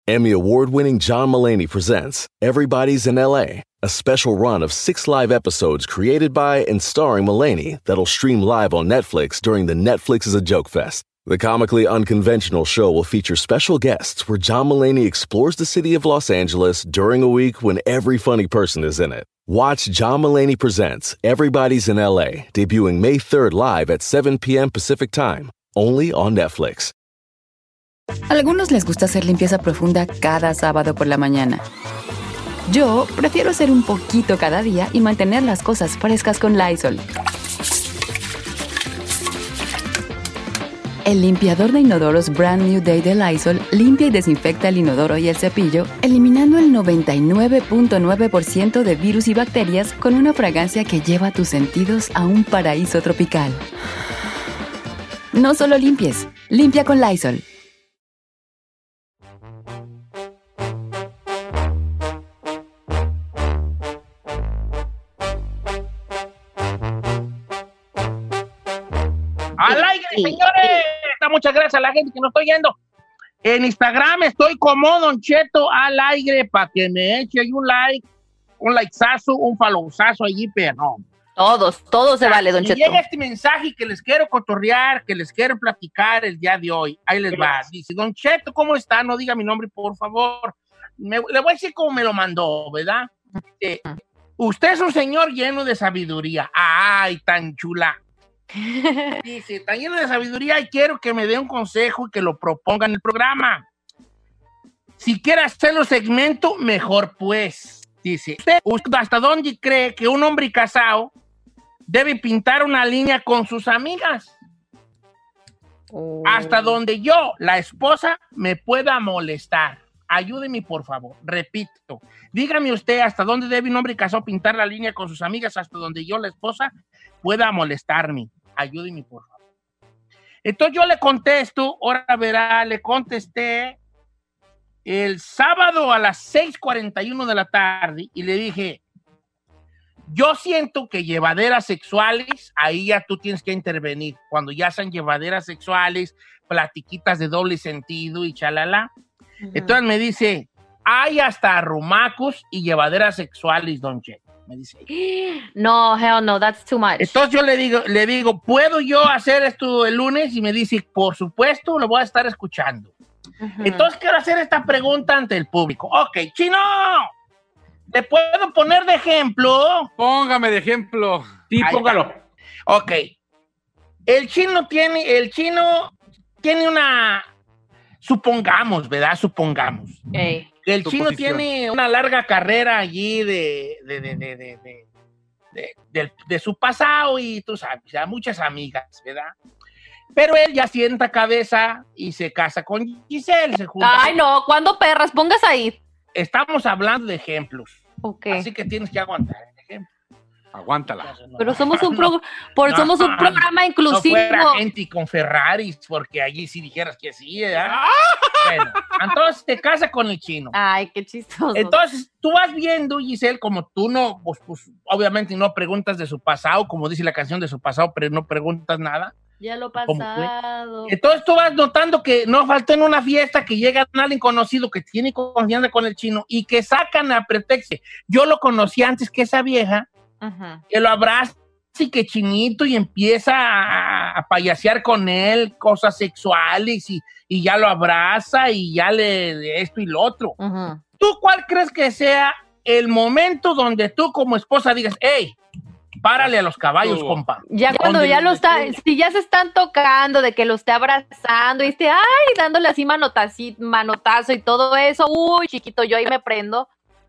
Emmy award-winning John Mulaney presents Everybody's in L.A., a special run of 6 live episodes created by and starring Mulaney that'll stream live on Netflix during the Netflix is a Joke Fest. The comically unconventional show will feature special guests where John Mulaney explores the city of Los Angeles during a week when every funny person is in it. Watch John Mulaney Presents Everybody's in L.A., debuting May 3rd live at 7 p.m. Pacific Time, only on Netflix. A algunos les gusta hacer limpieza profunda cada sábado por la mañana. Yo prefiero hacer un poquito cada día y mantener las cosas frescas con Lysol. El limpiador de inodoros Brand New Day de Lysol limpia y desinfecta el inodoro y el cepillo, eliminando el 99.9% de virus y bacterias con una fragancia que lleva tus sentidos a un paraíso tropical. No solo limpies, limpia con Lysol. ¡Al aire, señores! Muchas gracias a la gente que nos estoy yendo. En Instagram estoy como Don Cheto al aire para que me eche ahí un like, un likezazo, un followzazo allí, pero Todo se vale, Don y Cheto. llega este mensaje que les quiero cotorrear, que les quiero platicar el día de hoy. Ahí les va. Dice, Don Cheto, ¿cómo está? No diga mi nombre, por favor. Le voy a decir cómo me lo mandó, ¿verdad? Usted es un señor lleno de sabiduría. ¡Ay, tan chula! Dice, tan lleno de sabiduría y quiero que me dé un consejo y que lo proponga en el programa. Si quiere hacerlo segmento, mejor pues. Dice, ¿usted hasta dónde cree que un hombre casado debe pintar una línea con sus amigas? Hasta donde yo, la esposa, me pueda molestar. Ayúdeme, por favor. Repito, dígame usted hasta dónde debe un hombre casado pintar la línea con sus amigas hasta donde yo, la esposa, pueda molestarme. Ayúdeme, por favor. Entonces yo le contesto, ahora verá, le contesté el sábado a las 6:41 de la tarde y le dije, yo siento que llevaderas sexuales, ahí ya tú tienes que intervenir. Cuando ya sean llevaderas sexuales, platiquitas de doble sentido y chalala. Entonces me dice, hay hasta arrumacos y llevaderas sexuales, Don Che. Me dice. No, hell no, that's too much. Entonces yo le digo, ¿puedo yo hacer esto el lunes? Y me dice, por supuesto, lo voy a estar escuchando. Entonces quiero hacer esta pregunta ante el público. Ok, Chino, ¿te puedo poner de ejemplo? Póngame de ejemplo. Sí, póngalo. Ok. El chino tiene una... Supongamos, ¿verdad? Supongamos. Hey. El Tu chino posición. tiene una larga carrera allí de su pasado y tú sabes, ya muchas amigas, ¿verdad? Pero él ya sienta cabeza y se casa con Giselle. Se junta. Ay, no, ¿cuándo perras? Pongas ahí. Estamos hablando de ejemplos. Ok. Así que tienes que aguantar el ejemplo. Aguántala. Pero somos un programa inclusivo. No fuera gente con Ferraris, porque allí sí dijeras que sí, ¿verdad? Bueno, entonces te casas con el chino. Ay, qué chistoso. Entonces, tú vas viendo, Giselle, como tú no, pues, obviamente no preguntas de su pasado, como dice la canción de su pasado, pero no preguntas nada. Ya lo ¿Cómo fue? pasado. Entonces tú vas notando que no falta en una fiesta que llega alguien conocido que tiene confianza con el chino y que sacan a pretexto. Yo lo conocí antes que esa vieja, que lo abraza y que chinito y empieza a payasear con él cosas sexuales y ya lo abraza y ya le esto y lo otro. ¿Tú cuál crees que sea el momento donde tú como esposa digas, hey, párale a los caballos, compa? Ya cuando ya lo está, si ya se están tocando, de que lo esté abrazando y esté, ay, dándole así manotazo y todo eso, uy, chiquito, yo ahí me prendo.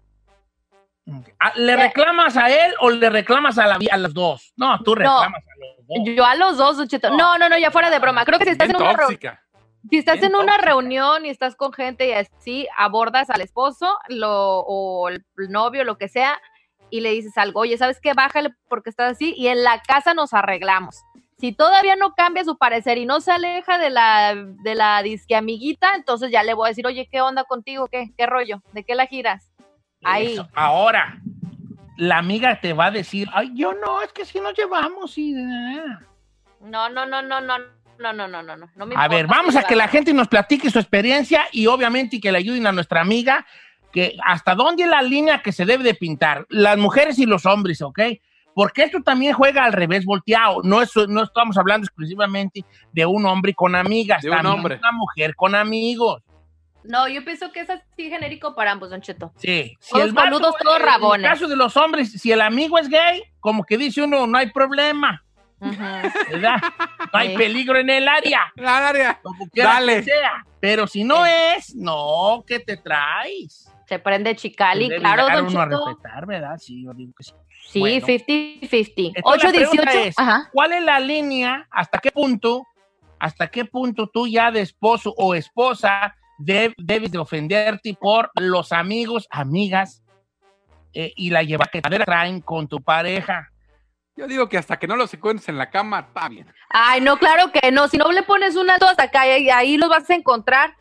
¿Le reclamas a él o le reclamas a las dos? No, tú reclamas a los dos. Yo a los dos, Don Cheto. No, ya fuera de broma. Creo que si estás en una reunión y estás con gente y así, abordas al esposo o el novio, lo que sea, y le dices algo, oye, ¿sabes qué? Bájale porque estás así y en la casa nos arreglamos. Si todavía no cambia su parecer y no se aleja de la disque amiguita, entonces ya le voy a decir, oye, ¿qué onda contigo? ¿Qué rollo? ¿De qué la giras? Ahí. Eso. Ahora, la amiga te va a decir, ay, yo no, es que si nos llevamos y... No. No me A ver, importa. vamos a que la gente nos platique su experiencia y obviamente que le ayuden a nuestra amiga que hasta dónde es la línea que se debe de pintar, las mujeres y los hombres, ¿ok? Porque esto también juega al revés volteado. No estamos hablando exclusivamente de un hombre con amigas, De un también hombre. una mujer con amigos. No, yo pienso que es así genérico para ambos, Don Cheto. Sí. Todos boludos, todos rabones. En el caso de los hombres, si el amigo es gay, como que dice uno, no hay problema, Ujú. ¿verdad? No hay Sí. peligro en el área. La área. Como quiera Dale. que sea. Pero si no es, no, ¿qué te traes? Se prende Chicali, Debe claro, llegar Don uno a Cheto. respetar, ¿verdad? Sí, yo digo que sí. Sí, Bueno. 50-50. Entonces, la pregunta 8-18. es, Ajá. ¿cuál es la línea, hasta qué punto tú ya de esposo o esposa debes de ofenderte por los amigos, amigas y la llevadera traen con tu pareja? Yo digo que hasta que no los encuentres en la cama, está bien. Ay, no, claro que no. Si no le pones un alto hasta acá, ahí los vas a encontrar.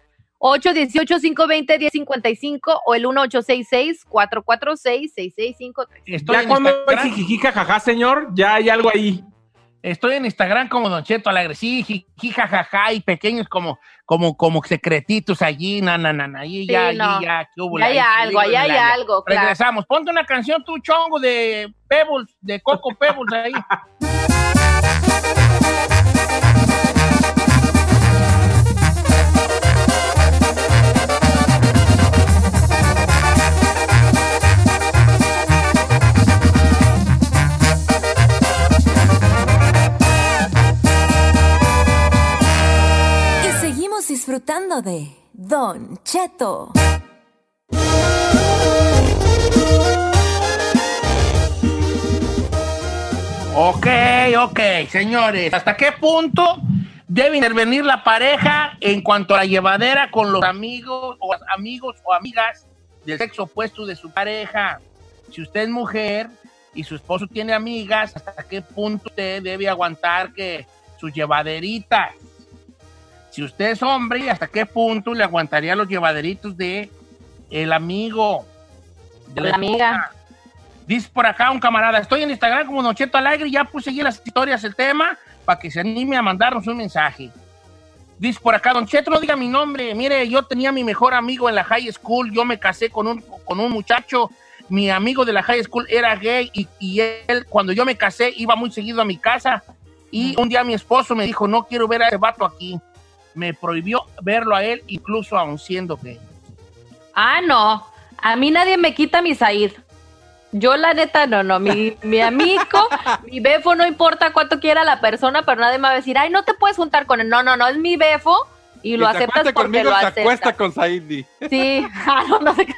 818-520-1055 o el 1866-446-6653. Estoy Ya en cuando hay Instagram. jijiji, jajaja, señor, ya hay algo ahí. Estoy en Instagram como Don Cheto Alegre, sí, jajaja, y pequeños como secretitos allí, ahí Sí, ya, no. allí ya, ¿qué hubo? Ya hay algo, peligro ahí en hay el área. algo, claro. Regresamos, ponte una canción tú, chongo, de Pebbles, de Coco Pebbles ahí. Y seguimos disfrutando de Don Cheto. Ok, señores, ¿hasta qué punto debe intervenir la pareja en cuanto a la llevadera con los amigos o amigas del sexo opuesto de su pareja? Si usted es mujer y su esposo tiene amigas, ¿hasta qué punto usted debe aguantar que sus llevaderitas? Si usted es hombre, ¿hasta qué punto le aguantaría los llevaderitos de el amigo? De La amiga. Dice por acá un camarada, estoy en Instagram como Don Cheto Alegre, ya puse allí las historias el tema para que se anime a mandarnos un mensaje. Dice por acá, Don Cheto, no diga mi nombre, mire, yo tenía mi mejor amigo en la high school, yo me casé con un muchacho, mi amigo de la high school era gay y él, cuando yo me casé, iba muy seguido a mi casa y un día mi esposo me dijo, no quiero ver a ese vato aquí. Me prohibió verlo a él, incluso aun siendo gay. Ah, no. A mí nadie me quita mi Said. Yo, la neta, no. Mi amigo, mi befo, no importa cuánto quiera la persona, pero nadie me va a decir, ay, no te puedes juntar con él. No, es mi befo y lo aceptas porque conmigo, lo se aceptas. acuesta con Saidi. Sí, no sé qué.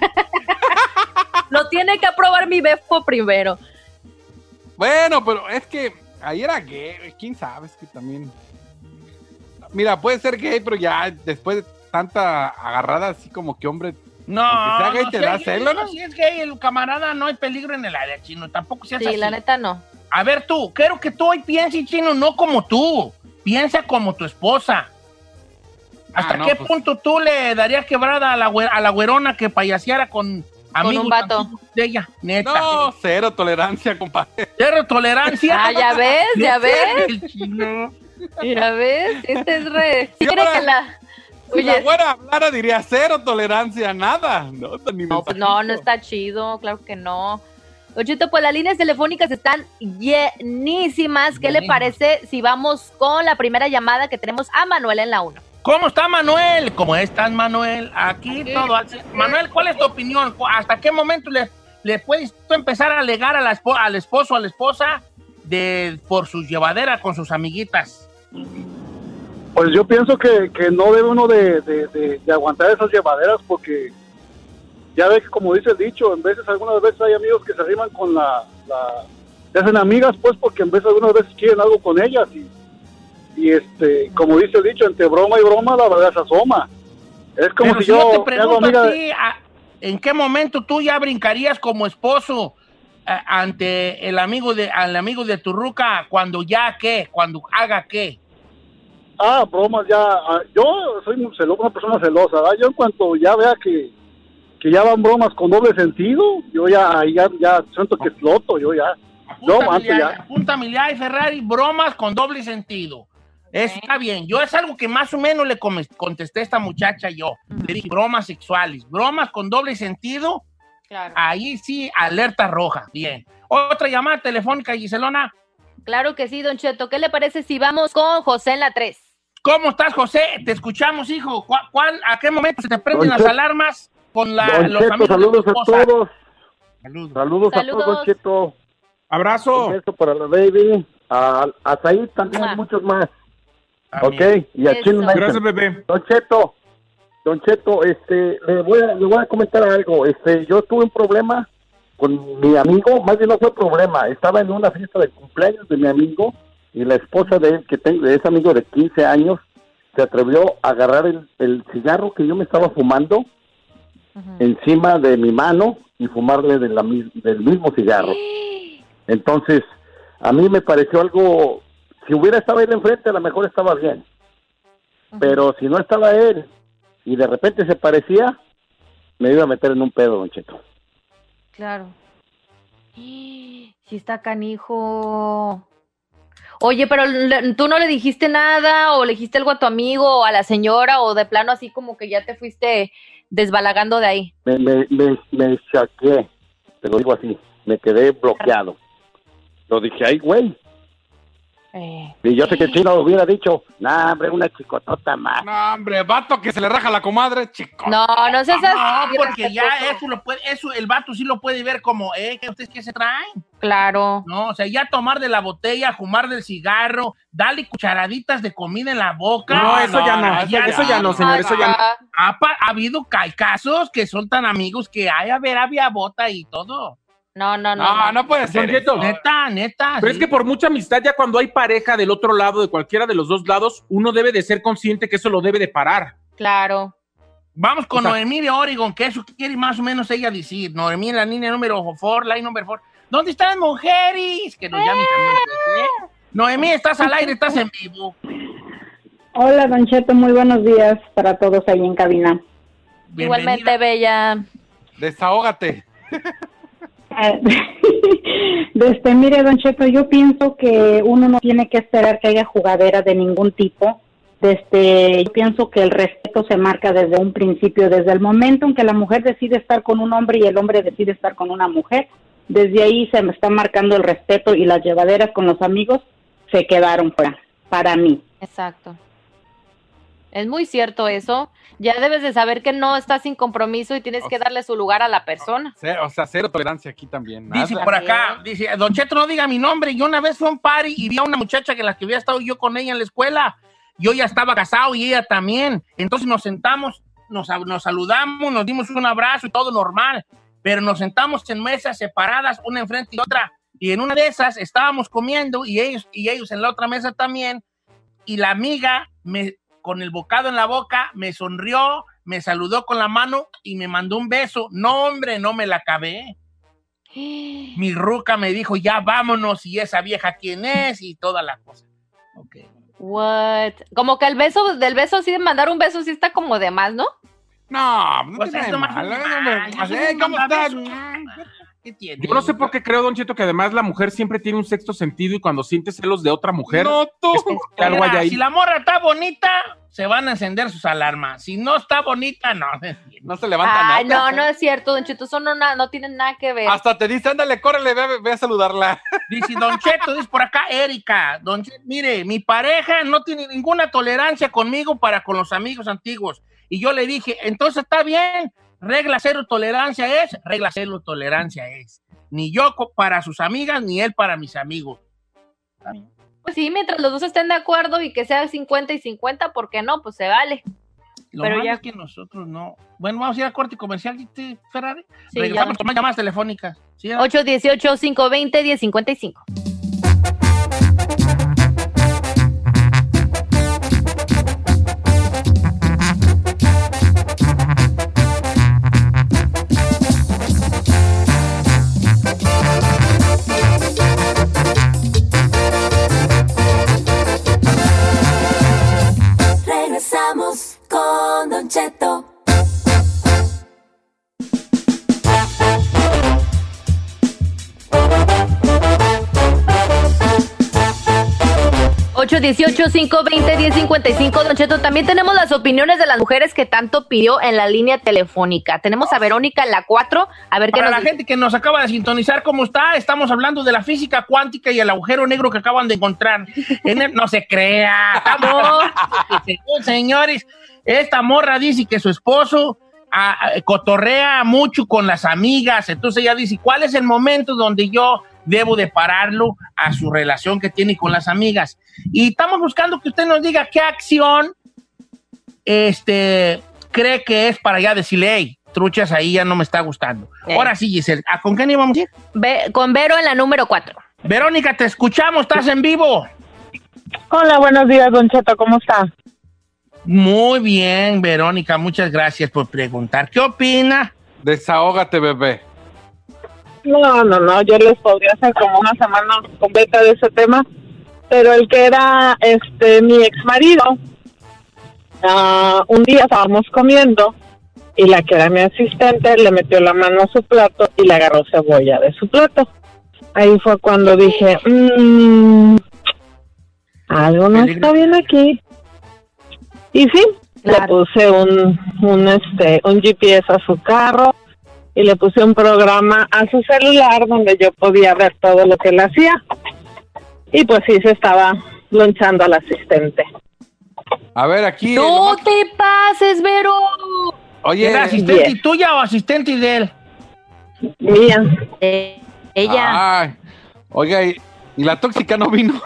Lo tiene que aprobar mi befo primero. Bueno, pero es que ahí era gay, quién sabe, es que también... Mira, puede ser gay, pero ya después de tanta agarrada así como que hombre... No, Aunque sea gay, te si da es celo, ¿no? Si es gay el camarada, no hay peligro en el área, Chino, tampoco seas Sí, así. la neta no. A ver tú, quiero que tú hoy pienses, Chino, no como tú, piensa como tu esposa. ¿Hasta qué punto tú le darías quebrada a la güerona que payaseara con amigos un vato amigos de ella? Neta. No, cero tolerancia, compadre. Cero tolerancia. Ah, ya ves. El Chino. Ya ves, este es re... Y ¿Sí cree ahora- que la... Si la Oye, güera hablara diría cero tolerancia, nada. no, pues no está chido, claro que no. Ochito, pues las líneas telefónicas están llenísimas. ¿Qué le parece si vamos con la primera llamada que tenemos a Manuel en la 1? ¿Cómo está Manuel? ¿Cómo estás, Manuel? Aquí todo. Manuel, ¿cuál es tu opinión? ¿Hasta qué momento le puedes tú empezar a alegar al esposo o a la esposa por su llevadera con sus amiguitas? Pues yo pienso que no debe uno de aguantar esas llevaderas porque ya ve que como dice el dicho, algunas veces hay amigos que se arriman con se hacen amigas pues porque algunas veces quieren algo con ellas y como dice el dicho, entre broma y broma la verdad se asoma. Es como Pero si si yo te me hago pregunto amiga a ti, ¿en qué momento tú ya brincarías como esposo ante al amigo de tu ruca cuando haga qué? Bromas ya. Yo soy una persona celosa, ¿verdad? Yo en cuanto ya vea que ya van bromas con doble sentido, yo ya siento que exploto, yo ya. Apúntame, Ferrari, bromas con doble sentido. Eso está bien. Yo es algo que más o menos le contesté a esta muchacha yo. Le dije bromas sexuales, bromas con doble sentido. Claro. Ahí sí, alerta roja. Bien. Otra llamada telefónica, Giselona. Claro que sí, Don Cheto. ¿Qué le parece si vamos con José en la 3? ¿Cómo estás, José? Te escuchamos, hijo. ¿A qué momento se te prenden Don las Cheto. alarmas con Don los Cheto, amigos saludos de tu a esposa? todos. Saludos. Saludos a todos, Don Cheto. Abrazo. Un beso para la baby. A Said también, muchos más. Amén. Ok, y a Chino Nathan. Gracias, bebé. Don Cheto, le voy a comentar algo. Yo tuve un problema con mi amigo, más bien no fue problema. Estaba en una fiesta de cumpleaños de mi amigo y la esposa de él, de ese amigo de 15 años, se atrevió a agarrar el cigarro que yo me estaba fumando encima de mi mano y fumarle del mismo cigarro. Entonces, a mí me pareció algo, si hubiera estado él enfrente, a lo mejor estaba bien. Pero si no estaba él y de repente se parecía, me iba a meter en un pedo, Don Cheto. Claro. Sí está canijo. Oye, pero tú no le dijiste nada o le dijiste algo a tu amigo o a la señora o de plano así como que ya te fuiste desbalagando de ahí. Me saqué, te lo digo así, me quedé bloqueado. Lo dije, ay, güey. Y yo sé que el Chino hubiera dicho, nah, hombre, una chicotota más. No, hombre, vato que se le raja la comadre, chico. No seas así. No, porque ya eso el vato sí lo puede ver como, ¿que ustedes qué se traen? Claro. No, o sea, ya tomar de la botella, fumar del cigarro, darle cucharaditas de comida en la boca. No, eso ya no. Eso ya no, señor, eso ya no. Ha habido casos que son tan amigos que había bota y todo. No puede ser. Don Cheto. Neta. Pero sí. es que por mucha amistad, ya cuando hay pareja del otro lado, de cualquiera de los dos lados, uno debe de ser consciente que eso lo debe de parar. Claro. Vamos con O sea, Noemí de Oregon, que eso quiere más o menos ella decir. Noemí, la línea número 4, line number 4. ¿Dónde están las mujeres? Que nos llamen también. Noemí, estás al aire, estás en vivo. Hola, Don Cheto, muy buenos días para todos ahí en cabina. Bienvenida. Igualmente, bella. Desahógate. Mire, Don Cheto, yo pienso que uno no tiene que esperar que haya jugadera de ningún tipo. Yo pienso que el respeto se marca desde un principio, desde el momento en que la mujer decide estar con un hombre y el hombre decide estar con una mujer. Desde ahí se me está marcando el respeto y las llevaderas con los amigos se quedaron fuera, para mí. Exacto. Es muy cierto eso. Ya debes de saber que no estás sin compromiso y tienes que darle su lugar a la persona. Cero tolerancia aquí también. Dice por acá, Don Cheto, no diga mi nombre. Yo una vez fui a un party y vi a una muchacha que había estado yo con ella en la escuela. Yo ya estaba casado y ella también. Entonces nos sentamos, nos saludamos, nos dimos un abrazo y todo normal. Pero nos sentamos en mesas separadas, una enfrente y otra. Y en una de esas estábamos comiendo y ellos en la otra mesa también. Y la amiga con el bocado en la boca, me sonrió, me saludó con la mano y me mandó un beso. No, hombre, no me la acabé. Mi ruca me dijo, ya vámonos, y esa vieja quién es, y toda la cosa. Ok. What? Como que del beso así de mandar un beso sí está como de más, ¿no? No, no Pues tiene esto más malo. normal. ¿Cómo estás? ¿Qué tiene? Yo no sé por qué creo, Don Cheto, que además la mujer siempre tiene un sexto sentido y cuando siente celos de otra mujer, No, tú. es porque algo hay Mira, ahí. si la morra está bonita, se van a encender sus alarmas. Si no está bonita, no. No se levanta Ay, nada. no es cierto, Don Cheto, eso no tienen nada que ver. Hasta te dice, ándale, córrele, ve a saludarla. Dice Don Cheto, dice por acá Erika. Don Cheto, mire, mi pareja no tiene ninguna tolerancia conmigo para con los amigos antiguos. Y yo le dije, entonces está bien, regla cero tolerancia es, regla cero tolerancia es. Ni yo para sus amigas, ni él para mis amigos. ¿Está bien? Pues sí, mientras los dos estén de acuerdo y que sea 50 y 50, ¿por qué no? Pues se vale. Lo Pero malo ya- es que nosotros no. Bueno, vamos a ir a corte comercial, ¿viste, Ferrari? Sí, Regresamos ya. con más llamadas telefónicas. ¿Sí? 818-520-1055. Regresamos con Don Cheto. 1-855-520-1055, Don Cheto. También tenemos las opiniones de las mujeres que tanto pidió en la línea telefónica. Tenemos a Verónica en la 4. A ver qué Para nos la gente que nos acaba de sintonizar, ¿cómo está? Estamos hablando de la física cuántica y el agujero negro que acaban de encontrar. No se crea. Señores, esta morra dice que su esposo cotorrea mucho con las amigas. Entonces ella dice, ¿cuál es el momento donde yo debo de pararlo a su relación que tiene con las amigas? Y estamos buscando que usted nos diga qué acción cree que es para ya decirle, hey, truchas, ahí ya no me está gustando. Ahora sí, Giselle, ¿con quién íbamos a ir? Con Vero en la número 4. Verónica, te escuchamos, estás en vivo. Hola, buenos días, Don Cheto, ¿cómo está? Muy bien, Verónica, muchas gracias por preguntar. ¿Qué opina? Desahógate, bebé. No, yo les podría hacer como una semana completa de ese tema, pero el que era mi ex marido, un día estábamos comiendo y la que era mi asistente le metió la mano a su plato y le agarró cebolla de su plato. Ahí fue cuando dije, algo no está bien aquí. Y sí, le puse un GPS a su carro y le puse un programa a su celular donde yo podía ver todo lo que él hacía. Y pues sí, se estaba lonchando al asistente. A ver, aquí... ¡No te pases, Vero! Oye, ¿era asistente tuya o asistente de él? Mía. Ella. Ay, oiga, ¿y la tóxica no vino?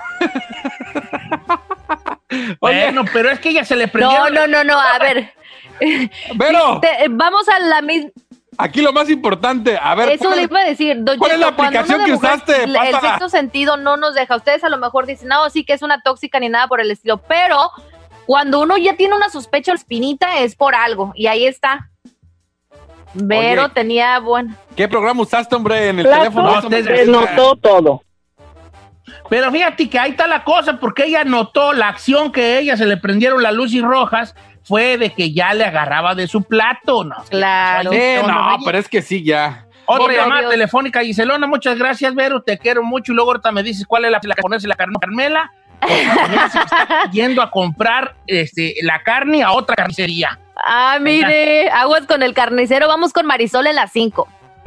Bueno, pero es que ella se le prendió. No, a ver. Vero. Vamos a la misma... Aquí lo más importante, a ver. Eso le iba a decir, Don ¿cuál Cheto, es la aplicación que usaste? El sexto sentido no nos deja. Ustedes a lo mejor dicen, no, sí que es una tóxica ni nada por el estilo, pero cuando uno ya tiene una sospecha o espinita es por algo, y ahí está. Vero tenía bueno. ¿Qué programa usaste, hombre, en el teléfono? Notó todo. Pero fíjate que ahí está la cosa, porque ella notó la acción que ella se le prendieron las luces rojas, fue de que ya le agarraba de su plato, ¿no? Claro. Pero es que sí, ya. Otra llamada telefónica, Giselona, muchas gracias, Vero, te quiero mucho, y luego ahorita me dices cuál es la que ponerse la Carmela, porque se está yendo a comprar la carne a otra carnicería. Mire, aguas con el carnicero, vamos con Marisol en la 5.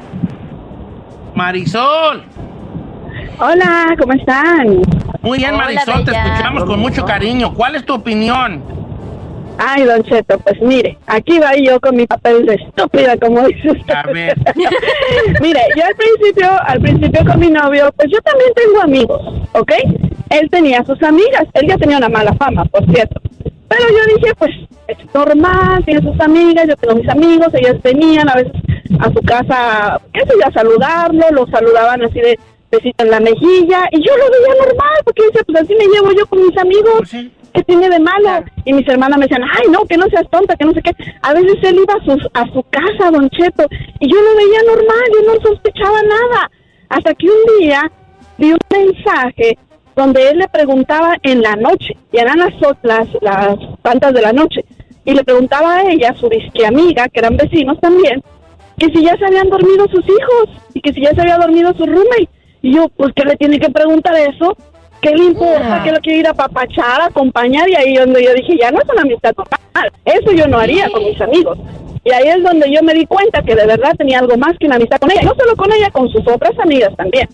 Marisol. Hola, ¿cómo están? Muy bien, Hola, Marisol, te bella. escuchamos con mucho cariño. ¿Cuál es tu opinión? Ay, Don Cheto, pues mire, aquí va yo con mi papel de estúpida, como dice usted. A ver. Mire, yo al principio con mi novio, pues yo también tengo amigos, ¿ok? Él tenía sus amigas, él ya tenía una mala fama, por cierto. Pero yo dije, pues, es normal, tiene sus amigas, yo tengo mis amigos, ellas venían a veces a su casa, qué sé yo, a saludarlo, lo saludaban así de besito en la mejilla, y yo lo veía normal, porque decía, pues así me llevo yo con mis amigos. Pues sí. ¿Qué tiene de malo? Y mis hermanas me decían, ay, no, que no seas tonta, que no sé qué. A veces él iba a su casa, Don Cheto, y yo lo veía normal, yo no sospechaba nada. Hasta que un día vi un mensaje donde él le preguntaba en la noche, y eran las tantas de la noche, y le preguntaba a ella, su disque amiga, que eran vecinos también, que si ya se habían dormido sus hijos, y que si ya se había dormido su roommate. Y yo, pues, ¿qué le tiene que preguntar eso? ¿Qué le importa? Que lo quiere ir a apapachar, a acompañar, y ahí donde yo dije, ya no es una amistad total, eso yo no haría con mis amigos. Y ahí es donde yo me di cuenta que de verdad tenía algo más que una amistad con ella, y no solo con ella, con sus otras amigas también.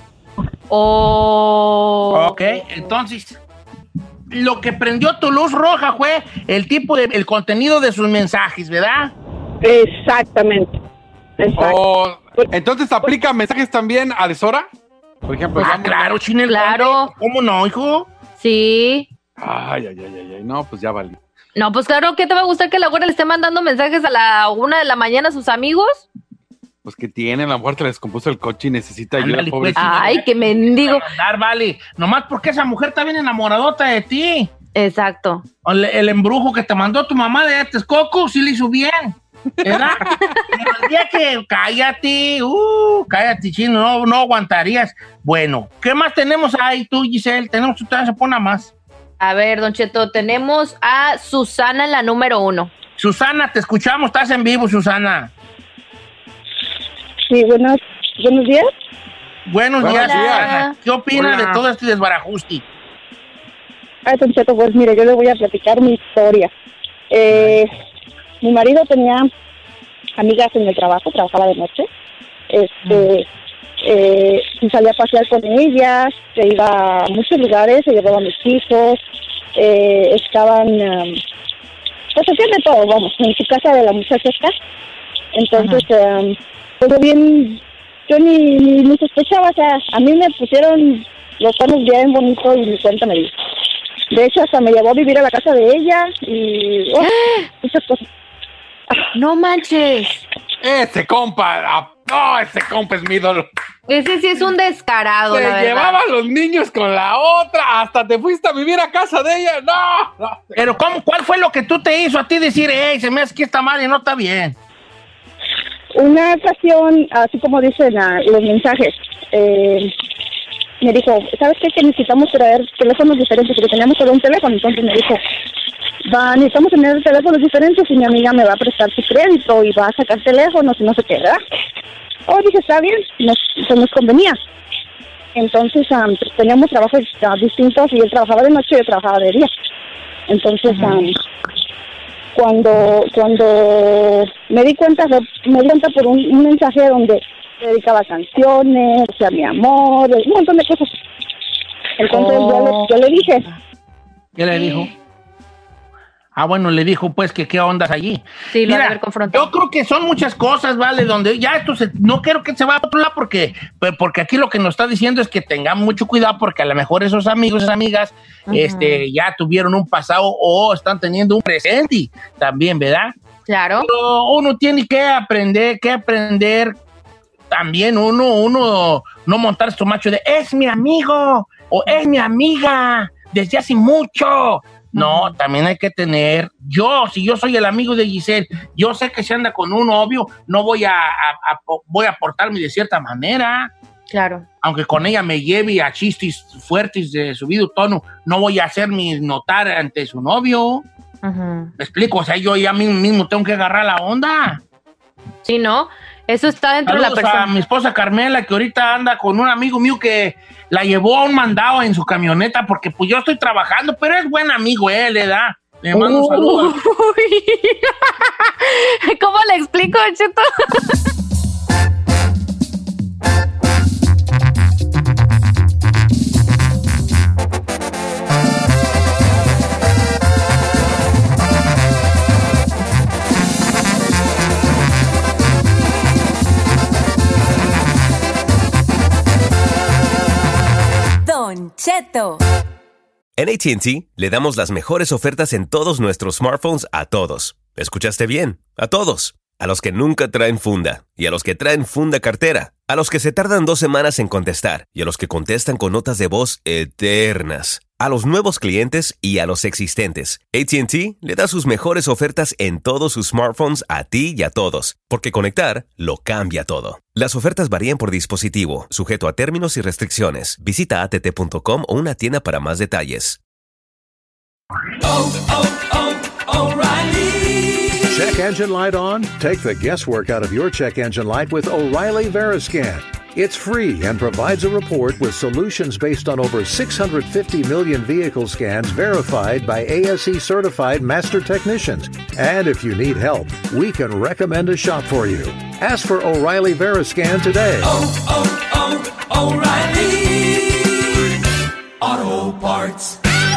Ok, entonces, lo que prendió tu luz roja fue el contenido de sus mensajes, ¿verdad? Exactamente. Entonces, ¿aplica mensajes también a deshora? Por ejemplo, claro, Chinel. Claro. ¿Cómo no, hijo? Sí. Ay, no, pues ya vale. No, pues claro, ¿qué te va a gustar que la güera le esté mandando mensajes a la 1 de la mañana a sus amigos? Pues que tiene, a lo mejor te le descompuso el coche y necesita ayuda, Ándale, pobre. pues, Ay, qué mendigo. Vale, nomás porque esa mujer está bien enamoradota de ti. Exacto. El embrujo que te mandó tu mamá de Texcoco sí le hizo bien, ¿verdad? Pero el día que cállate, chino, no aguantarías. Bueno, ¿qué más tenemos ahí tú, Giselle? Tú todavía se pone más. A ver, Don Cheto, tenemos a Susana en la número 1. Susana, te escuchamos, estás en vivo, Susana. Sí, buenos días. Buenos días, Hola. Susana. ¿Qué opinas de todo este desbarajuste? Ay, Don Cheto, pues mire, yo le voy a platicar mi historia. Mi marido tenía amigas en el trabajo, trabajaba de noche. Y salía a pasear con ellas, se iba a muchos lugares, se llevaba a mis hijos, estaban, pues hacían de todo, vamos, en su casa de la muchacha está. Entonces, pues yo ni sospechaba, o sea, a mí me pusieron los cuernos bien bonitos y mi cuenta me dijo. De hecho, hasta me llevó a vivir a la casa de ella y muchas cosas. No manches. Ese compa es mi ídolo. Ese sí es un descarado, la verdad. Se llevaba a los niños con la otra, hasta te fuiste a vivir a casa de ella. No. Pero ¿cuál fue lo que tú te hizo a ti decir, se me hace que está mal y no está bien? Una ocasión, así como dicen los mensajes, me dijo, ¿sabes qué? Que necesitamos traer teléfonos diferentes, porque teníamos solo un teléfono. Entonces me dijo, necesitamos tener teléfonos diferentes y mi amiga me va a prestar su crédito y va a sacar teléfonos y no sé qué, ¿verdad? Dije, está bien, nos convenía. Entonces teníamos trabajos distintos y él trabajaba de noche y yo trabajaba de día. Entonces, cuando me di cuenta por un mensaje donde dedicaba canciones, o sea, mi amor, un montón de cosas. Entonces yo le dije. ¿Qué le dijo? Bueno, le dijo pues que qué ondas allí. Sí, lo haber confrontado. Yo creo que son muchas cosas, ¿vale? Donde ya esto no quiero que se vaya a otro lado porque aquí lo que nos está diciendo es que tengamos mucho cuidado porque a lo mejor esos amigos, esas amigas, ya tuvieron un pasado o están teniendo un presente también, ¿verdad? Claro. Pero uno tiene que aprender también uno no montar su macho de es mi amigo o es mi amiga desde hace mucho. No, también hay que tener, si yo soy el amigo de Giselle, yo sé que si anda con un novio, no voy a portarme de cierta manera. Claro. Aunque con ella me lleve a chistes fuertes de subido tono, no voy a hacerme notar ante su novio. ¿Me explico? O sea, yo ya mismo tengo que agarrar la onda. Sí, ¿no? Eso está dentro de la persona. A mi esposa Carmela, que ahorita anda con un amigo mío que la llevó a un mandado en su camioneta porque pues yo estoy trabajando, pero es buen amigo él, ¿verdad? Le mando un saludo. ¿Cómo le explico, Cheto? Don Cheto. En AT&T le damos las mejores ofertas en todos nuestros smartphones a todos. ¿Escuchaste bien? A todos. A los que nunca traen funda y a los que traen funda cartera. A los que se tardan 2 semanas en contestar y a los que contestan con notas de voz eternas. A los nuevos clientes y a los existentes. AT&T le da sus mejores ofertas en todos sus smartphones a ti y a todos. Porque conectar lo cambia todo. Las ofertas varían por dispositivo, sujeto a términos y restricciones. Visita att.com o una tienda para más detalles. Check engine light on? Take the guesswork out of your check engine light with O'Reilly Veriscan. It's free and provides a report with solutions based on over 650 million vehicle scans verified by ASE-certified master technicians. And if you need help, we can recommend a shop for you. Ask for O'Reilly Veriscan today. O'Reilly Auto Parts.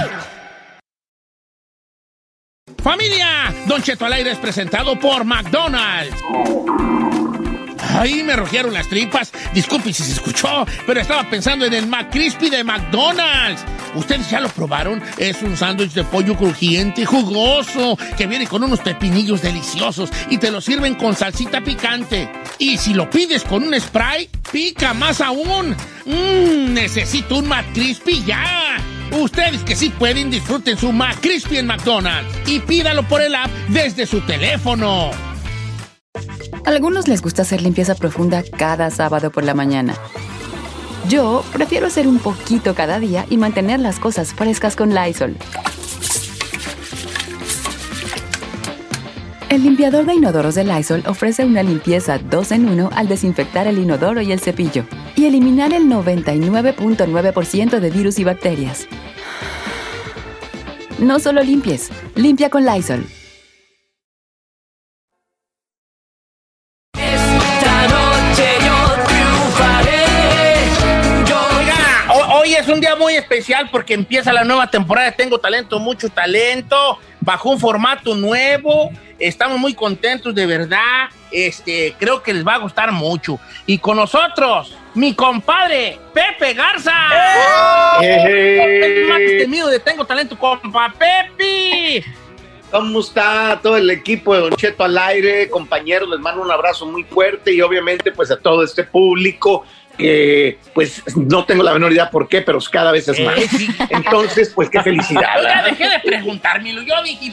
¡Familia! Don Cheto al aire es presentado por McDonald's. Ay, me rugieron las tripas. Disculpe si se escuchó, pero estaba pensando en el McCrispy de McDonald's. ¿Ustedes ya lo probaron? Es un sándwich de pollo crujiente y jugoso que viene con unos pepinillos deliciosos y te lo sirven con salsita picante. Y si lo pides con un spray, pica más aún. Necesito un McCrispy ya. Ustedes que sí pueden, disfruten su McCrispy en McDonald's y pídalo por el app desde su teléfono. A algunos les gusta hacer limpieza profunda cada sábado por la mañana. Yo prefiero hacer un poquito cada día y mantener las cosas frescas con Lysol. El limpiador de inodoros de Lysol ofrece una limpieza 2 en 1 al desinfectar el inodoro y el cepillo y eliminar el 99.9% de virus y bacterias. No solo limpies, limpia con Lysol. Hoy es un día muy especial porque empieza la nueva temporada de Tengo Talento, Mucho Talento, bajo un formato nuevo. Estamos muy contentos, de verdad. Creo que les va a gustar mucho. Y con nosotros, mi compadre, Pepe Garza. El más temido de Tengo Talento, compa Pepe. ¿Cómo está todo el equipo de Don Cheto al aire? Compañeros, les mando un abrazo muy fuerte y obviamente pues a todo este público que pues no tengo la menor idea por qué, pero cada vez es más. Sí. Entonces, pues qué felicidad. Ya dejé de preguntármelo, yo dije.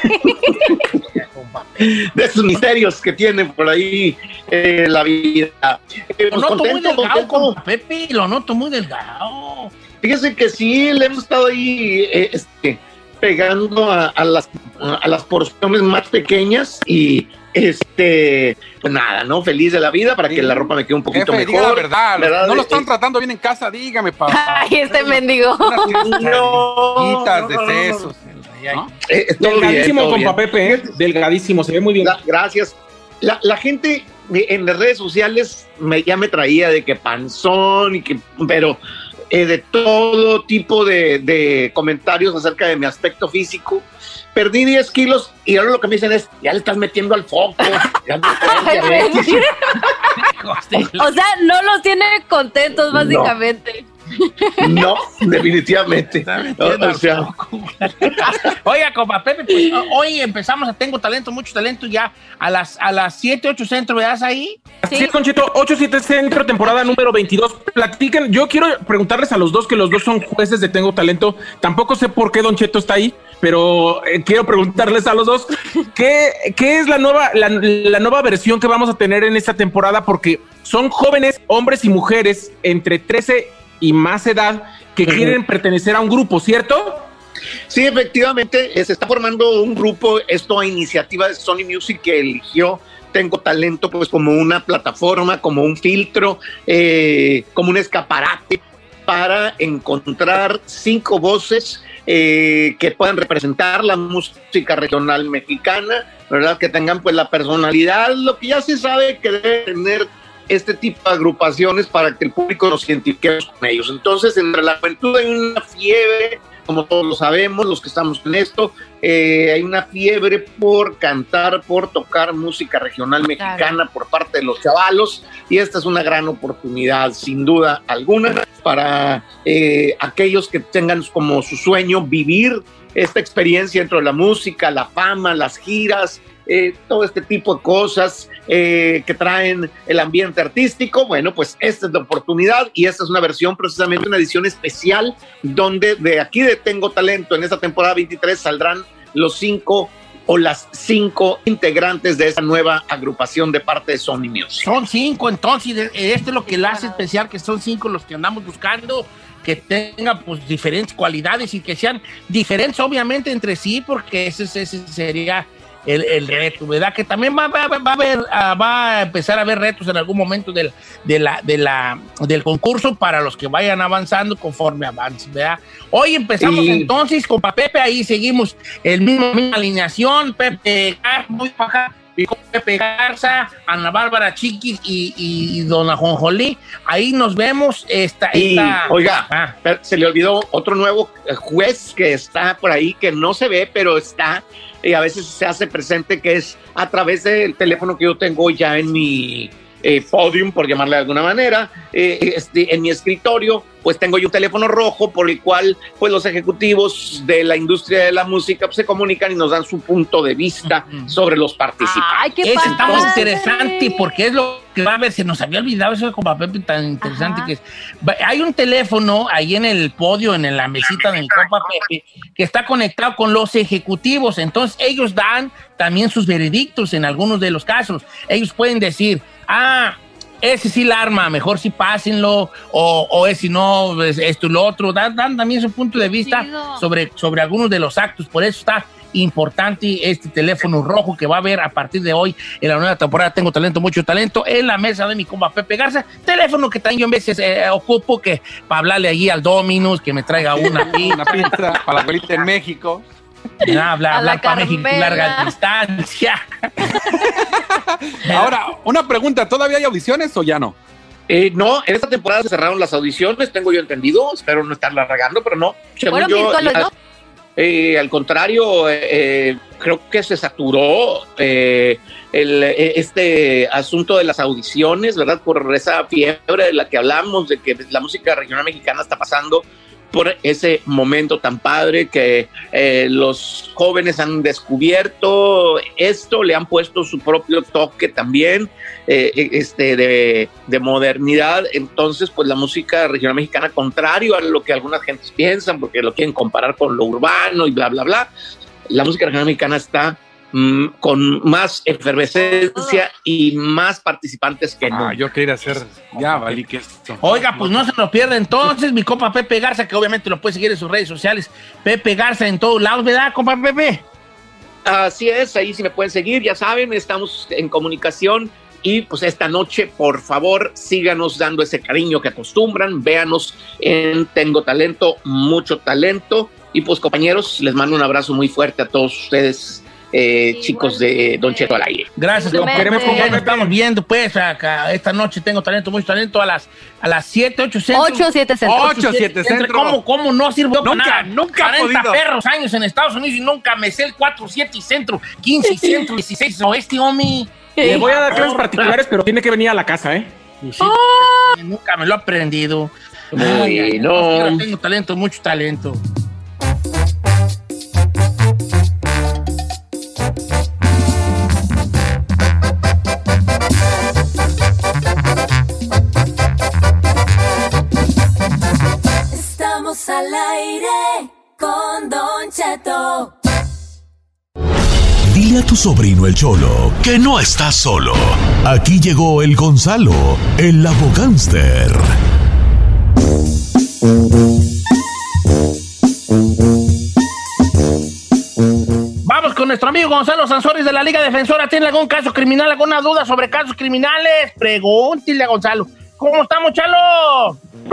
De esos misterios que tiene por ahí la vida. Lo noto muy delgado, compa Pepe, lo noto muy delgado. Fíjese que sí, le hemos estado ahí pegando a las porciones más pequeñas y pues nada, ¿no? Feliz de la vida para que la ropa me quede un poquito Jefe, mejor. diga la verdad, no lo están tratando bien en casa, dígame, papá. Ay, este mendigo. No, de sesos. ¿no? Delgadísimo, compa Pepe, delgadísimo, se ve muy bien. Gracias. La gente en las redes sociales ya me traía de que panzón, pero de todo tipo de comentarios acerca de mi aspecto físico. Perdí 10 kilos y ahora lo que me dicen es, ya le estás metiendo al foco. O sea, no los tiene contentos, básicamente. No, definitivamente. Oiga, compa Pepe, pues hoy empezamos a Tengo Talento, Mucho Talento, ya a las 7, 8 centro, ¿verdad ahí? Sí, Don Cheto, 8-7 centro, temporada número 22. Platiquen, yo quiero preguntarles a los dos, que los dos son jueces de Tengo Talento. Tampoco sé por qué Don Cheto está ahí, pero quiero preguntarles a los dos, ¿qué es la nueva versión que vamos a tener en esta temporada? Porque son jóvenes, hombres y mujeres, entre 13 y más edad, que quieren pertenecer a un grupo, ¿cierto? Sí, efectivamente, se está formando un grupo, esto a iniciativa de Sony Music, que eligió Tengo Talento pues como una plataforma, como un filtro, como un escaparate para encontrar 5 voces que puedan representar la música regional mexicana, ¿verdad? Que tengan pues la personalidad, lo que ya se sabe que debe tener este tipo de agrupaciones para que el público nos identifiquemos con ellos. Entonces, entre la juventud hay una fiebre, como todos lo sabemos, los que estamos en esto, hay una fiebre por cantar, por tocar música regional mexicana por parte de los chavalos, y esta es una gran oportunidad, sin duda alguna, para aquellos que tengan como su sueño vivir esta experiencia dentro de la música, la fama, las giras, todo este tipo de cosas que traen el ambiente artístico. Bueno, pues esta es la oportunidad y esta es una versión, precisamente una edición especial, donde de aquí de Tengo Talento, en esta temporada 23, saldrán los 5 o las 5 integrantes de esa nueva agrupación de parte de Sony Music. Son 5, entonces, esto es lo que la hace especial, que son 5 los que andamos buscando, que tengan pues diferentes cualidades y que sean diferentes obviamente entre sí, porque ese sería el reto, ¿verdad? Que también va a empezar a haber retos en algún momento del concurso para los que vayan avanzando conforme avancen, ¿verdad? Hoy empezamos entonces con Pepe, ahí seguimos misma alineación, Pepe muy baja, Pepe Garza, Ana Bárbara Chiquis y Dona Jonjolí. Ahí nos vemos. Oiga, se le olvidó otro nuevo juez que está por ahí, que no se ve, pero está, y a veces se hace presente, que es a través del teléfono que yo tengo ya en mi podium, por llamarle de alguna manera, en mi escritorio, pues tengo yo un teléfono rojo por el cual pues los ejecutivos de la industria de la música pues, se comunican y nos dan su punto de vista sobre los participantes. ¡Ay, qué padre! Está muy interesante porque es lo que va a ver, se nos había olvidado eso de Compa Pepe tan interesante. Ajá. Que es. Hay un teléfono ahí en el podio, en la mesita de mi Compa Pepe, que está conectado con los ejecutivos, entonces ellos dan también sus veredictos en algunos de los casos. Ellos pueden decir, ese sí la arma, mejor sí pásenlo, o ese si no, esto y lo otro, dan también su punto de vista sobre algunos de los actos. Por eso está importante este teléfono rojo que va a haber a partir de hoy en la nueva temporada Tengo Talento, Mucho Talento, en la mesa de mi compa Pepe Garza. Teléfono que también yo en veces ocupo que para hablarle allí al Dominus, que me traiga una pizza para la abuelita en México. Hablar para México, larga distancia. Ahora, una pregunta, ¿todavía hay audiciones o ya no? No, en esta temporada se cerraron las audiciones, tengo yo entendido, espero no estarla regando, pero no. Según Fueron virtuales, ¿no? Al contrario, creo que se saturó este asunto de las audiciones, ¿verdad? Por esa fiebre de la que hablamos, de que la música regional mexicana está pasando por ese momento tan padre que los jóvenes han descubierto esto, le han puesto su propio toque también de modernidad. Entonces, pues la música regional mexicana, contrario a lo que algunas gentes piensan, porque lo quieren comparar con lo urbano y bla, bla, bla, la música regional mexicana está con más efervescencia y más participantes que nunca. Yo quería hacer, ya valí que esto. Oiga, pues no se nos pierda entonces mi compa Pepe Garza, que obviamente lo puede seguir en sus redes sociales. Pepe Garza en todos lados, ¿verdad, compa Pepe? Así es, ahí sí me pueden seguir, ya saben, estamos en comunicación. Y pues esta noche, por favor, síganos dando ese cariño que acostumbran, véanos en Tengo Talento, Mucho Talento. Y pues compañeros, les mando un abrazo muy fuerte a todos ustedes, chicos de Don Cheto al aire. Gracias, queremos nos estamos viendo pues acá, esta noche Tengo Talento, Mucho Talento a las 7, 8 centro. 8-7 centro. 8-7 centro. ¿Cómo no sirvió para nada? Nunca 40 ha podido. perros años en Estados Unidos y nunca me sé el 4-7 y centro, 15 y centro, 16 oeste, homie. Le voy a dar clases particulares, pero tiene que venir a la casa, ¿eh? Sí, nunca me lo he aprendido. No. Tengo talento, mucho talento. Estamos al aire con Don Cheto. Dile a tu sobrino el Cholo que no está solo. Aquí llegó el Gonzalo, el Labogánster. Vamos con nuestro amigo Gonzalo Sansores de la Liga Defensora. ¿Tiene algún caso criminal, alguna duda sobre casos criminales? Pregúntale a Gonzalo. ¿Cómo estamos, Chalo?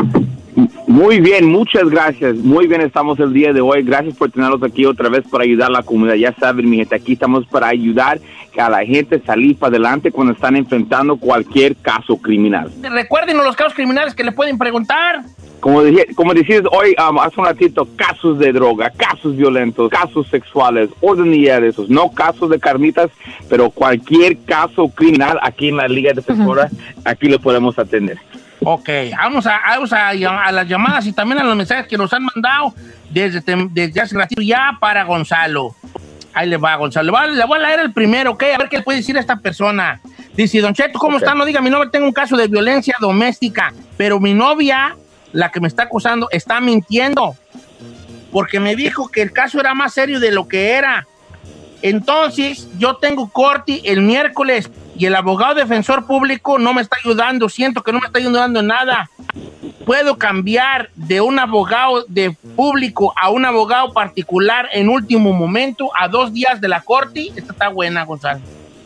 Muy bien, muchas gracias. Muy bien estamos el día de hoy. Gracias por tenerlos aquí otra vez para ayudar a la comunidad. Ya saben, mi gente, aquí estamos para ayudar a la gente a salir para adelante cuando están enfrentando cualquier caso criminal. Recuérdenos los casos criminales que le pueden preguntar. Como decías hoy, hace un ratito, casos de droga, casos violentos, casos sexuales, orden y esos, no casos de carnitas, pero cualquier caso criminal aquí en la Liga Defensora, aquí lo podemos atender. Ok, vamos a las llamadas y también a los mensajes que nos han mandado desde hace ratito ya para Gonzalo. Ahí le va, Gonzalo. Le voy a leer el primero, ¿ok? A ver qué le puede decir a esta persona. Dice, Don Cheto, ¿cómo está? No diga, mi novia, tengo un caso de violencia doméstica, pero mi novia, la que me está acusando, está mintiendo, porque me dijo que el caso era más serio de lo que era. Entonces, yo tengo corte el miércoles y el abogado defensor público no me está ayudando. Siento que no me está ayudando en nada. ¿Puedo cambiar de un abogado de público a un abogado particular en último momento a 2 días de la corte? Esta está buena, Gonzalo.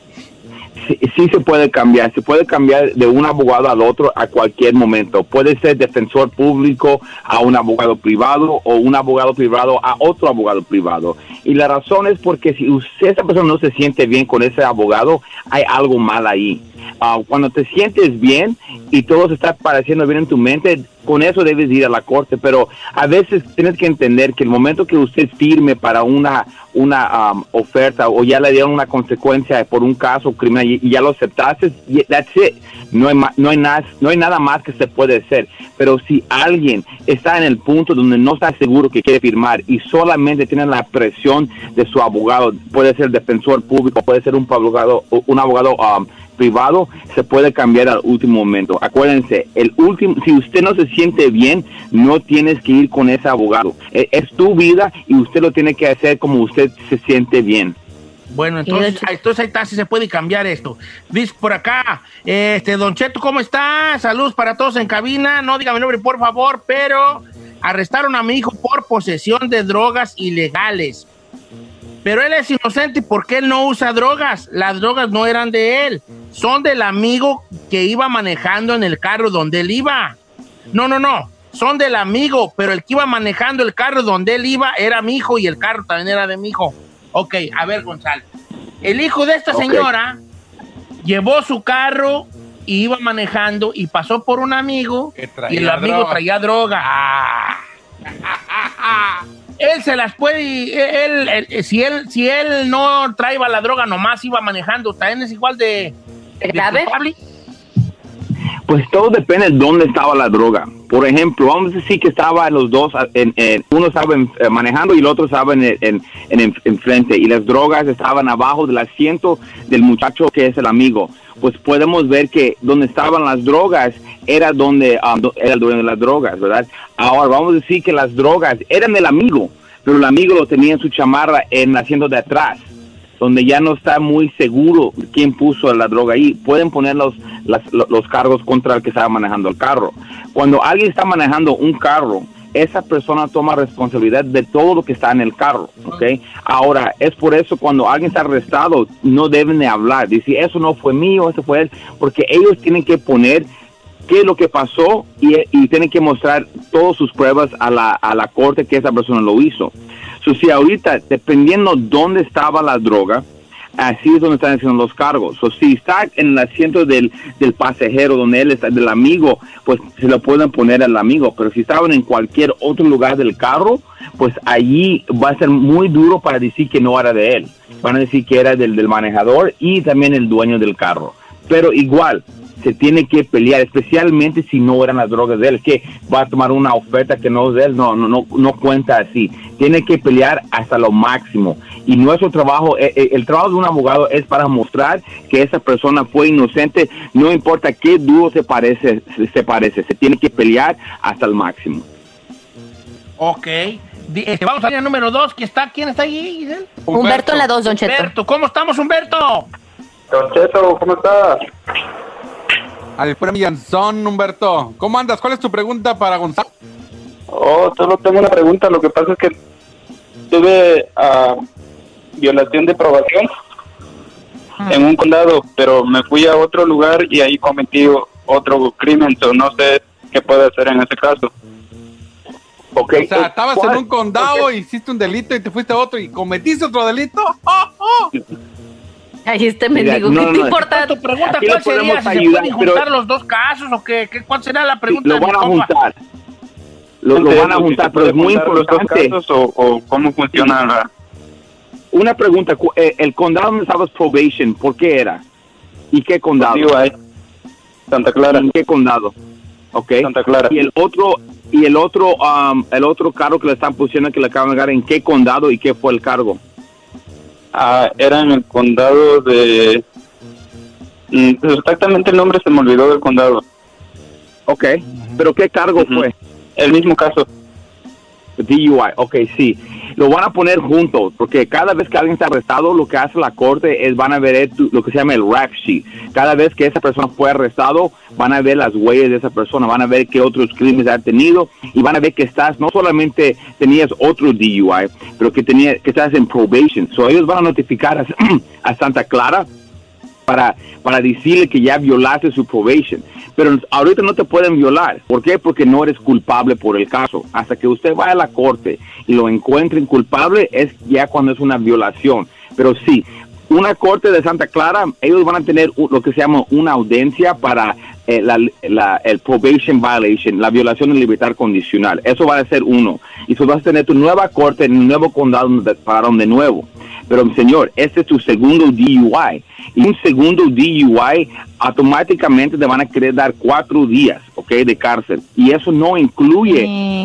Sí se puede cambiar de un abogado al otro a cualquier momento. Puede ser defensor público a un abogado privado o un abogado privado a otro abogado privado. Y la razón es porque si esa persona no se siente bien con ese abogado, hay algo mal ahí. Cuando te sientes bien y todo se está pareciendo bien en tu mente, con eso debes ir a la corte, pero a veces tienes que entender que el momento que usted firme para una oferta o ya le dieron una consecuencia por un caso criminal y ya lo aceptaste, that's it. No hay nada más que se puede hacer. Pero si alguien está en el punto donde no está seguro que quiere firmar y solamente tiene la presión de su abogado, puede ser defensor público, puede ser un abogado privado, se puede cambiar al último momento. Acuérdense, si usted no se siente bien, no tienes que ir con ese abogado. Es tu vida y usted lo tiene que hacer como usted se siente bien. Bueno, entonces ahí está, si se puede cambiar esto. Dice por acá, Don Cheto, ¿cómo está? Saludos para todos en cabina. No diga mi nombre, por favor, pero arrestaron a mi hijo por posesión de drogas ilegales. Pero él es inocente porque él no usa drogas. Las drogas no eran de él. Son del amigo que iba manejando en el carro donde él iba. No. Son del amigo, pero el que iba manejando el carro donde él iba era mi hijo y el carro también era de mi hijo. Ok, a ver, Gonzalo. El hijo de esta señora llevó su carro y iba manejando y pasó por un amigo y el amigo traía droga. Él se las puede, si él no traía la droga, nomás iba manejando, ¿también es igual de culpable? Pues todo depende de dónde estaba la droga. Por ejemplo, vamos a decir que estaban los dos, uno estaba manejando y el otro estaba en frente, y las drogas estaban abajo del asiento del muchacho que es el amigo. Pues podemos ver que donde estaban las drogas era donde era el dueño de las drogas, ¿verdad? Ahora vamos a decir que las drogas eran del amigo, pero el amigo lo tenía en su chamarra en el asiento de atrás, donde ya no está muy seguro quién puso la droga ahí. Pueden poner los cargos contra el que estaba manejando el carro. Cuando alguien está manejando un carro, esa persona toma responsabilidad de todo lo que está en el carro, ¿ok? Ahora, es por eso cuando alguien está arrestado, no deben de hablar, decir, eso no fue mío, eso fue él, porque ellos tienen que poner qué es lo que pasó y tienen que mostrar todas sus pruebas a la corte que esa persona lo hizo. Si ahorita, dependiendo dónde estaba la droga, así es donde están haciendo los cargos. Si está en el asiento del pasajero, donde él está, del amigo, pues se lo pueden poner al amigo. Pero si estaban en cualquier otro lugar del carro, pues allí va a ser muy duro para decir que no era de él. Van a decir que era del manejador y también el dueño del carro. Pero igual, se tiene que pelear, especialmente si no eran las drogas de él, que va a tomar una oferta que no es de él, no cuenta así. Tiene que pelear hasta lo máximo. Y nuestro trabajo, el trabajo de un abogado es para mostrar que esa persona fue inocente, no importa qué duro se parece, se tiene que pelear hasta el máximo. Ok. Vamos a la número 2, que está, ¿quién está ahí, Giselle? Humberto en la 2, Don Cheto. Humberto, ¿cómo estamos, Humberto? Don Cheto, ¿cómo estás? Al Premianzón, Humberto. ¿Cómo andas? ¿Cuál es tu pregunta para Gonzalo? Solo tengo una pregunta. Lo que pasa es que tuve violación de probación en un condado, pero me fui a otro lugar y ahí cometí otro crimen. No sé qué puedo hacer en ese caso. Okay. O sea, estabas en un condado, hiciste un delito y te fuiste a otro y cometiste otro delito. Ahí mendigo, ¿qué te importa? Tu pregunta, ¿cuál sería? ¿Si se pueden juntar los dos casos o qué? ¿Cuál será la pregunta? Lo van a juntar. Lo van a juntar, pero es muy importante. Los casos, o cómo funciona Una pregunta, el condado donde estabas probation, ¿por qué era? ¿Y qué condado? Santa Clara. ¿En qué condado? Okay. Santa Clara. Y el otro cargo que le están pusiendo, que le acaban de dar, ¿en qué condado y qué fue el cargo? Era en el condado de... exactamente el nombre se me olvidó del condado. Ok, pero ¿qué cargo fue? El mismo caso. DUI, ok, sí. Lo van a poner juntos, porque cada vez que alguien está arrestado, lo que hace la corte es van a ver lo que se llama el rap sheet. Cada vez que esa persona fue arrestado, van a ver las huellas de esa persona, van a ver qué otros crímenes ha tenido y van a ver que no solamente tenías otro DUI, pero que estás en probation. So ellos van a notificar a Santa Clara para decirle que ya violaste su probation. Pero ahorita no te pueden violar. ¿Por qué? Porque no eres culpable por el caso. Hasta que usted vaya a la corte y lo encuentren culpable, es ya cuando es una violación. Pero sí, una corte de Santa Clara, ellos van a tener lo que se llama una audiencia para el probation violation, la violación de libertad condicional. Eso va a ser uno. Y tú vas a tener tu nueva corte en el nuevo condado donde pararon de nuevo. Pero, señor, este es tu segundo DUI. Y un segundo DUI, automáticamente te van a querer dar 4 días, ¿ok?, de cárcel. Y eso no incluye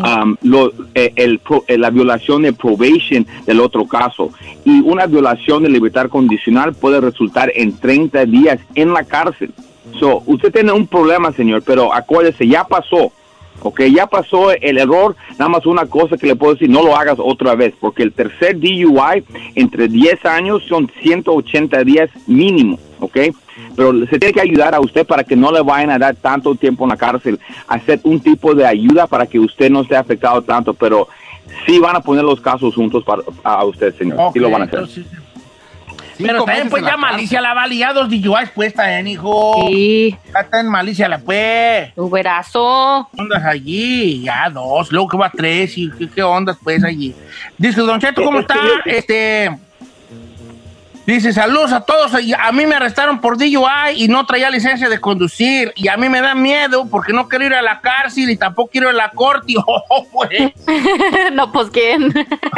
la violación de probation del otro caso. Y una violación de libertad condicional puede resultar en 30 días en la cárcel. So, usted tiene un problema, señor, pero acuérdese, ya pasó. Ok, ya pasó el error. Nada más una cosa que le puedo decir, no lo hagas otra vez, porque el tercer DUI entre 10 años son 180 días mínimo, ok. Pero se tiene que ayudar a usted para que no le vayan a dar tanto tiempo en la cárcel, hacer un tipo de ayuda para que usted no esté afectado tanto. Pero sí van a poner los casos juntos a usted, señor. Okay, sí lo van a hacer. Entonces, pero también pues ya malicia la vale, ya 2 DUIs pues también, hijo. Sí. Ya está en malicia la pues. Uberazo. Ondas allí, ya 2, luego que va 3 y qué ondas pues allí. Dice, Don Cheto, ¿cómo está? Dice, saludos a todos. A mí me arrestaron por DUI y no traía licencia de conducir. Y a mí me da miedo porque no quiero ir a la cárcel y tampoco quiero ir a la corte. Pues. No, pues, ¿quién?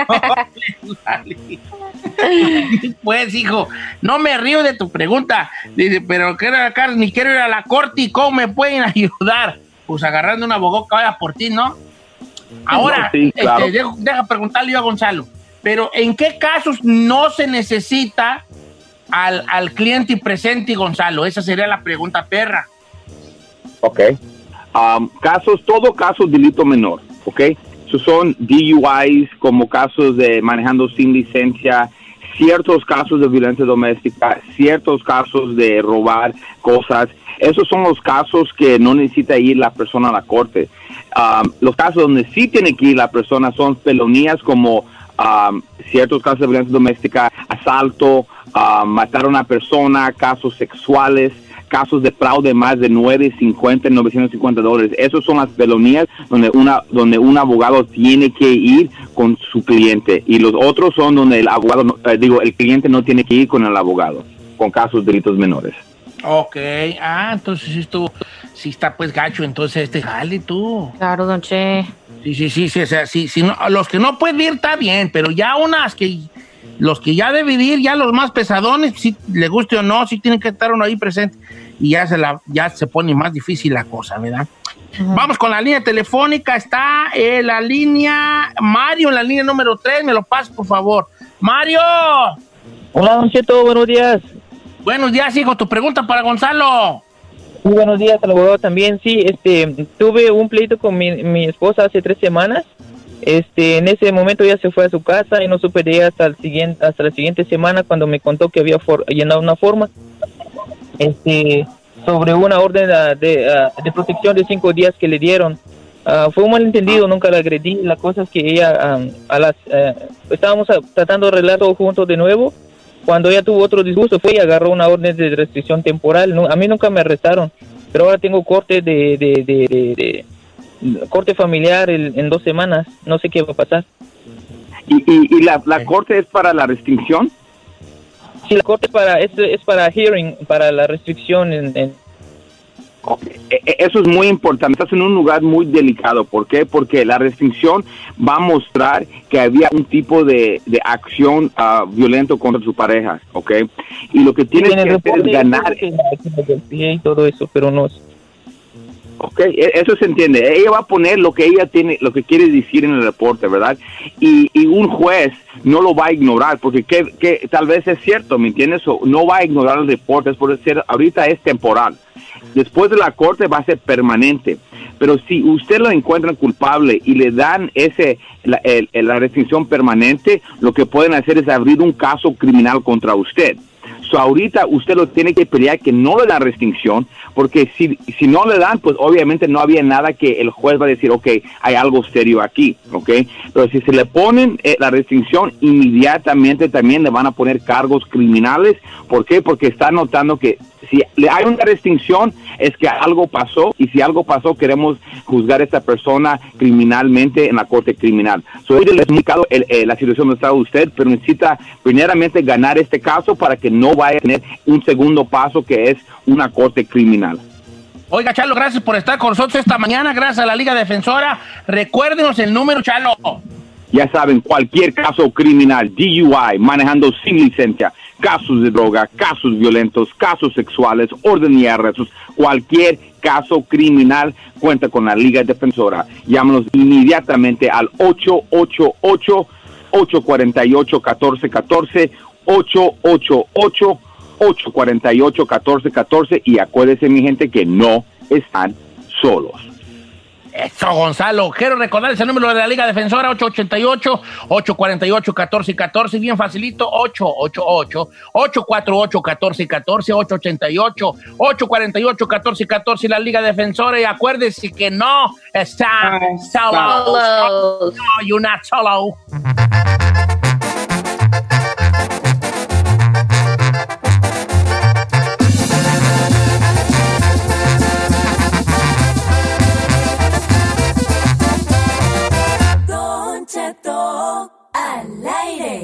Pues, hijo, no me río de tu pregunta. Dice, pero quiero ir a la cárcel ni quiero ir a la corte. ¿Y cómo me pueden ayudar? Pues agarrando un abogado que vaya por ti, ¿no? Ahora, sí, claro. Deja preguntarle yo a Gonzalo. Pero, ¿en qué casos no se necesita al cliente presente, Gonzalo? Esa sería la pregunta perra. Ok. Todo caso de delito menor, ok. Esos son DUIs, como casos de manejando sin licencia, ciertos casos de violencia doméstica, ciertos casos de robar cosas. Esos son los casos que no necesita ir la persona a la corte. Los casos donde sí tiene que ir la persona son felonías como ciertos casos de violencia doméstica, asalto, matar a una persona, casos sexuales, casos de fraude más de $950 Esos son las felonías donde un abogado tiene que ir con su cliente, y los otros son donde el abogado, el cliente no tiene que ir con el abogado, con casos de delitos menores. Ok, entonces esto sí está pues gacho, entonces jale tú. Claro, Don Che. Sí, o sea, sí, no, los que no pueden ir está bien, pero ya los que ya deben ir, ya los más pesadones, si le guste o no, sí tienen que estar uno ahí presente, y ya se pone más difícil la cosa, ¿verdad? Uh-huh. Vamos con la línea telefónica, está la línea Mario, en la línea número 3, me lo pasas, por favor. Mario. Hola, Don Cheto, buenos días. Buenos días, hijo, tu pregunta para Gonzalo. Muy buenos días, al abogado también. Sí, tuve un pleito con mi esposa hace 3 semanas. En ese momento ella se fue a su casa y no supe de ella hasta la siguiente semana, cuando me contó que había llenado una forma sobre una orden de protección de 5 días que le dieron. Fue un malentendido, nunca la agredí. La cosa es que ella, estábamos tratando de arreglar todo juntos de nuevo. Cuando ella tuvo otro disgusto, fue y agarró una orden de restricción temporal. No, a mí nunca me arrestaron, pero ahora tengo corte corte familiar en 2 semanas. No sé qué va a pasar. ¿Y la corte es para la restricción? Sí, la corte es para hearing, para la restricción Okay. Eso es muy importante. Estás en un lugar muy delicado. ¿Por qué? Porque la restricción va a mostrar que había un tipo de acción violento contra su pareja, ¿ok? Y lo que tienes que hacer es ganar. Y todo eso, pero no. Ok, eso se entiende. Ella va a poner lo que ella tiene, lo que quiere decir en el reporte, ¿verdad? Y un juez no lo va a ignorar, porque que tal vez es cierto, ¿me entiendes? O no va a ignorar el reporte, es por decir, ahorita es temporal. Después de la corte va a ser permanente. Pero si usted lo encuentran culpable y le dan la restricción permanente, lo que pueden hacer es abrir un caso criminal contra usted. So, ahorita usted lo tiene que pelear que no le dan restricción, porque si no le dan, pues obviamente no había nada que el juez va a decir, ok, hay algo serio aquí, ok. Pero si se le ponen la restricción, inmediatamente también le van a poner cargos criminales. ¿Por qué? Porque está notando que si hay una restricción es que algo pasó, y si algo pasó queremos juzgar a esta persona criminalmente en la corte criminal. So, le he explicado la situación donde está usted, pero necesita primeramente ganar este caso para que no vaya a tener un segundo paso, que es una corte criminal. Oiga, Chalo, gracias por estar con nosotros esta mañana, gracias a la Liga Defensora. Recuérdenos el número, Chalo. Ya saben, cualquier caso criminal, DUI, manejando sin licencia, casos de droga, casos violentos, casos sexuales, orden y arrestos, cualquier caso criminal, cuenta con la Liga Defensora. Llámanos inmediatamente al 888-848-1414, 888-848-1414, y acuérdense, mi gente, que no están solos. Eso, Gonzalo. Quiero recordarles el número de la Liga Defensora, 888-848-1414. Bien facilito, 888-848-1414, 888-848-1414, la Liga Defensora. Y acuérdense que no está solo. No, you're not solo. Al aire.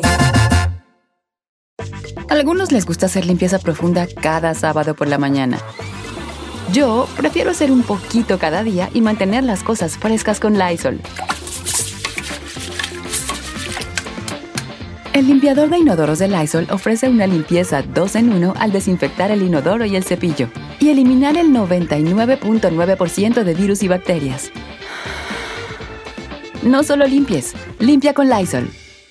A algunos les gusta hacer limpieza profunda cada sábado por la mañana. Yo prefiero hacer un poquito cada día y mantener las cosas frescas con Lysol. El limpiador de inodoros de Lysol ofrece una limpieza 2 en 1 al desinfectar el inodoro y el cepillo y eliminar el 99.9% de virus y bacterias. No solo limpies, limpia con Lysol.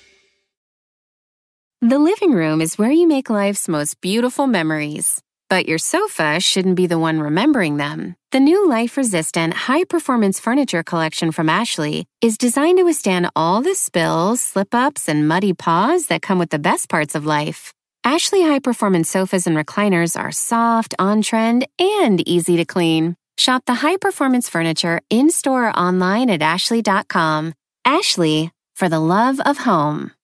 The living room is where you make life's most beautiful memories. But your sofa shouldn't be the one remembering them. The new life-resistant, high-performance furniture collection from Ashley is designed to withstand all the spills, slip-ups, and muddy paws that come with the best parts of life. Ashley high-performance sofas and recliners are soft, on-trend, and easy to clean. Shop the high-performance furniture in-store or online at ashley.com. Ashley, for the love of home.